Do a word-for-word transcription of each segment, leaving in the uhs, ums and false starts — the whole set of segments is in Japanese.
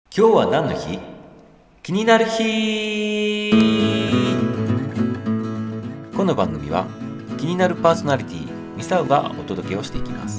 今日は何の日？気になる日。この番組は気になるパーソナリティミサウがお届けをしていきます。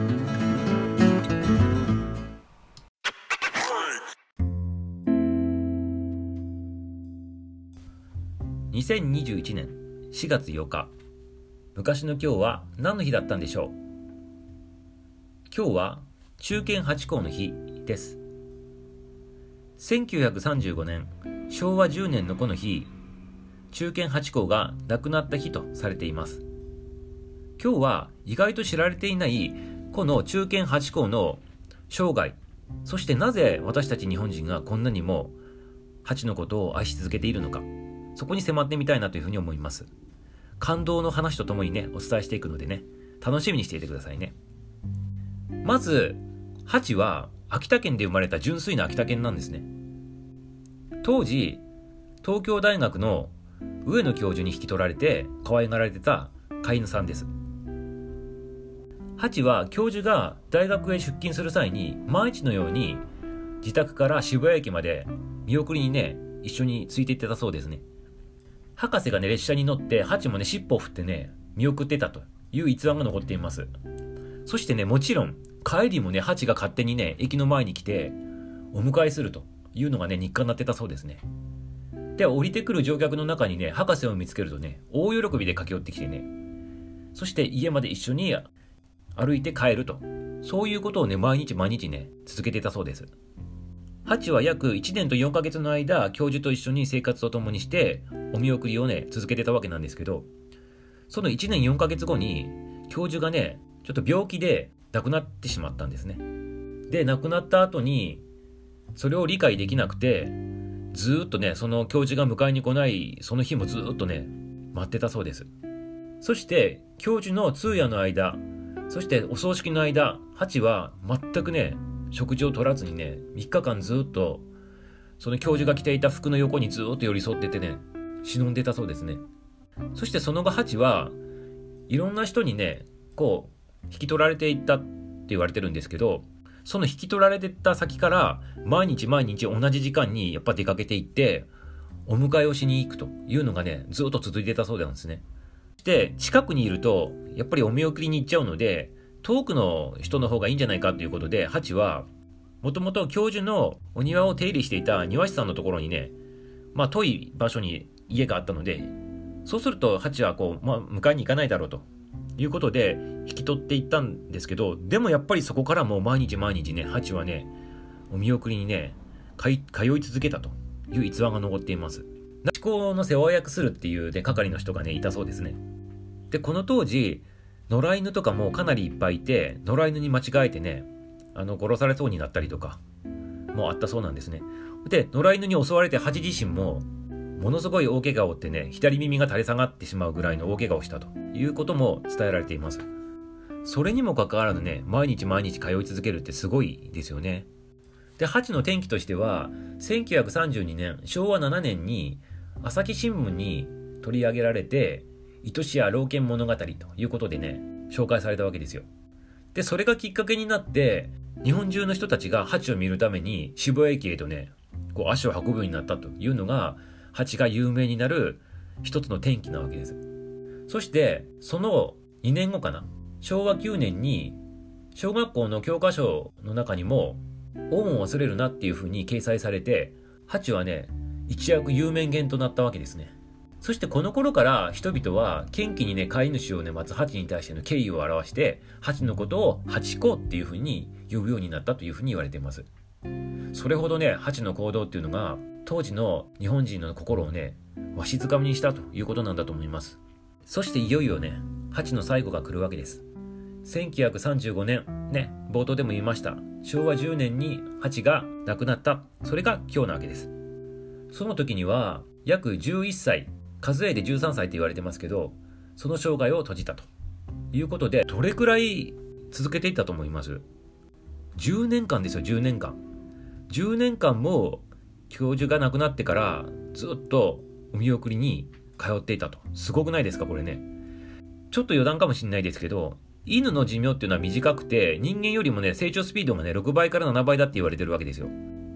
にせんにじゅういちねんしがつようか、昔の今日は何の日だったんでしょう。今日は忠犬ハチ公の日です。せんきゅうひゃくさんじゅうごねん、しょうわじゅうねんのこの日、忠犬ハチ公が亡くなった日とされています。今日は意外と知られていないこの忠犬ハチ公の生涯、そしてなぜ私たち日本人がこんなにもハチのことを愛し続けているのか、そこに迫ってみたいなというふうに思います。感動の話とともにね、お伝えしていくのでね、楽しみにしていてくださいね。まず、ハチは秋田県で生まれた純粋な秋田犬なんですね。当時、東京大学の上野教授に引き取られて可愛がられてた飼い犬さんです。ハチは教授が大学へ出勤する際に毎日のように自宅から渋谷駅まで見送りにね、一緒についていってたそうですね。博士がね、列車に乗ってハチもね、尻尾を振ってね、見送ってたという逸話が残っています。そしてね、もちろん帰りもね、ハチが勝手にね、駅の前に来てお迎えするというのがね、日課になってたそうですね。で、降りてくる乗客の中にね、博士を見つけるとね、大喜びで駆け寄ってきてね、そして家まで一緒に歩いて帰ると、そういうことをね、毎日毎日ね、続けていたそうです。ハチは約いちねんとよんかげつの間、教授と一緒に生活を共にしてお見送りをね、続けてたわけなんですけど、そのいちねんよんかげつごに教授がね、ちょっと病気で亡くなってしまったんですね。で、亡くなった後にそれを理解できなくて、ずーっとね、その教授が迎えに来ないその日もずーっとね、待ってたそうです。そして教授の通夜の間、そしてお葬式の間、ハチは全くね、食事を取らずにね、みっかかんずーっとその教授が着ていた服の横にずーっと寄り添っててね、忍んでたそうですね。そしてその後ハチはいろんな人にね、こう引き取られていったって言われてるんですけど、その引き取られてった先から毎日毎日同じ時間にやっぱ出かけていってお迎えをしに行くというのがね、ずっと続いてたそうなんですね。で、近くにいるとやっぱりお見送りに行っちゃうので、遠くの人の方がいいんじゃないかということで、ハチはもともと教授のお庭を手入れしていた庭師さんのところにね、まあ遠い場所に家があったので、そうするとハチはこう、まあ、迎えに行かないだろうということで引き取っていったんですけど、でもやっぱりそこからもう毎日毎日ね、ハチはね、お見送りにね、通い続けたという逸話が残っています。ハチ公の世話役するっていう、ね、係の人がね、いたそうですね。で、この当時野良犬とかもかなりいっぱいいて、野良犬に間違えてね、あの殺されそうになったりとかもあったそうなんですね。で、野良犬に襲われてハチ自身もものすごい大怪我を負ってね、左耳が垂れ下がってしまうぐらいの大怪我をしたということも伝えられています。それにもかかわらずね、毎日毎日通い続けるってすごいですよね。で、ハチの転機としてはせんきゅうひゃくさんじゅうにねん、しょうわななねんに朝日新聞に取り上げられて、愛しや老犬物語ということでね、紹介されたわけですよ。で、それがきっかけになって日本中の人たちがハチを見るために渋谷駅へとね、こう足を運ぶようになったというのが、ハチが有名になる一つの転機なわけです。そしてそのにねんごかな、しょうわきゅうねんに小学校の教科書の中にも恩を忘れるなっていう風に掲載されて、ハチはね、一躍有名言となったわけですね。そしてこの頃から人々は元気にね、飼い主をね、待つハチに対しての敬意を表して、ハチのことをハチ公っていう風に呼ぶようになったという風に言われています。それほどね、ハチの行動っていうのが当時の日本人の心をね、わしづかみにしたということなんだと思います。そしていよいよね、ハチの最後が来るわけです。せんきゅうひゃくさんじゅうごねんね、冒頭でも言いました、しょうわじゅうねんにハチが亡くなった、それが今日なわけです。その時には約じゅういっさい、数えでじゅうさんさいと言われてますけど、その生涯を閉じたということで、どれくらい続けていったと思います？じゅうねんかんですよ。じゅうねんかんじゅうねんかんも教授が亡くなってからずっとお見送りに通っていたと。すごくないですかこれね。ちょっと余談かもしれないですけど、犬の寿命っていうのは短くて、人間よりもね、成長スピードがね、ろくばいからななばいだって言われてるわけですよ。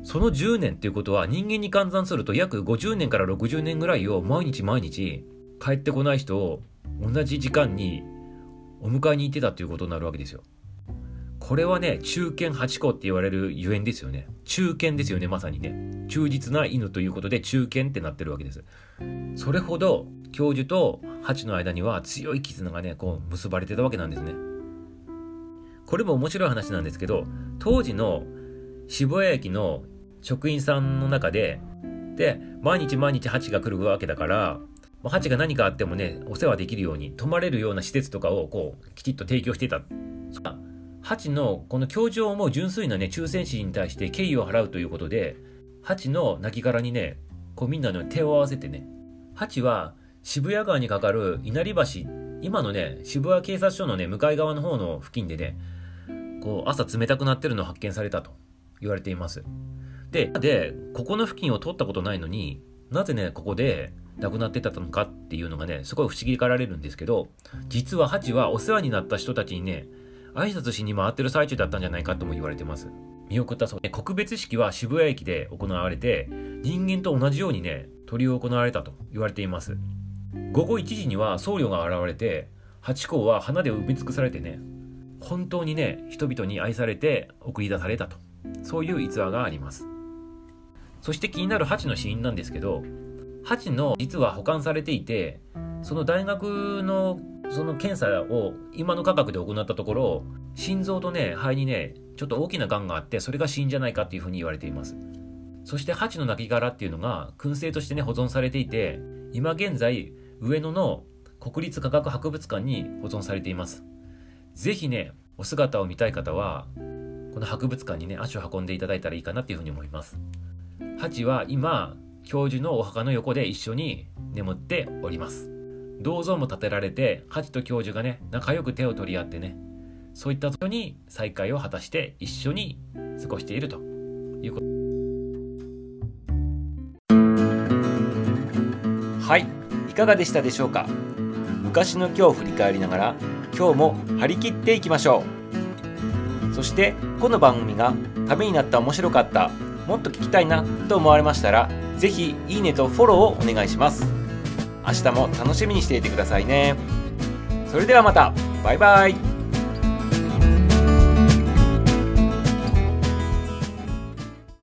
そのじゅうねんっていうことは人間に換算すると約ごじゅうねんからろくじゅうねんぐらいを毎日毎日帰ってこない人を同じ時間にお迎えに行ってたっていうことになるわけですよ。これはね、忠犬八公って言われるゆえんですよね。忠犬ですよね、まさにね。忠実な犬ということで忠犬ってなってるわけです。それほど教授とハチの間には強い絆がね、こう結ばれてたわけなんですね。これも面白い話なんですけど、当時の渋谷駅の職員さんの中で、で、毎日毎日ハチが来るわけだから、ハチが何かあってもね、お世話できるように、泊まれるような施設とかをこう、きちっと提供していた。ハチのこの教授を思う純粋なね、忠誠心に対して敬意を払うということで、ハチの亡骸にね、こうみんなの手を合わせてね、ハチは渋谷川に架かる稲荷橋、今のね、渋谷警察署のね、向かい側の方の付近でね、こう朝冷たくなってるのを発見されたと言われています。で、で、ここの付近を通ったことないのに、なぜね、ここで亡くなってたのかっていうのがね、すごい不思議がられるんですけど、実はハチはお世話になった人たちにね、挨拶しに回ってる最中だったんじゃないかとも言われてます。見送ったそうで、告別式は渋谷駅で行われて、人間と同じようにね、執り行われたと言われています。ごごいちじには僧侶が現れて、ハチ公は花で埋め尽くされてね、本当にね、人々に愛されて送り出されたと、そういう逸話があります。そして気になるハチの死因なんですけど、ハチの実は保管されていて、その大学のその検査を今の科学で行ったところ、心臓とね、肺にね、ちょっと大きな癌があって、それが死因じゃないかっていうふうに言われています。そしてハチの亡骸っていうのが燻製としてね、保存されていて、今現在上野の国立科学博物館に保存されています。ぜひね、お姿を見たい方はこの博物館にね、足を運んでいただいたらいいかなっていうふうに思います。ハチは今教授のお墓の横で一緒に眠っております。銅像も建てられて、ハチと教授がね、仲良く手を取り合ってね、そういった人に再会を果たして一緒に過ごしているということ。はい、いかがでしたでしょうか。昔の今日を振り返りながら、今日も張り切っていきましょう。そしてこの番組がためになった、面白かった、もっと聞きたいなと思われましたら、ぜひいいねとフォローをお願いします。明日も楽しみにしていてくださいね。それではまた。バイバイ。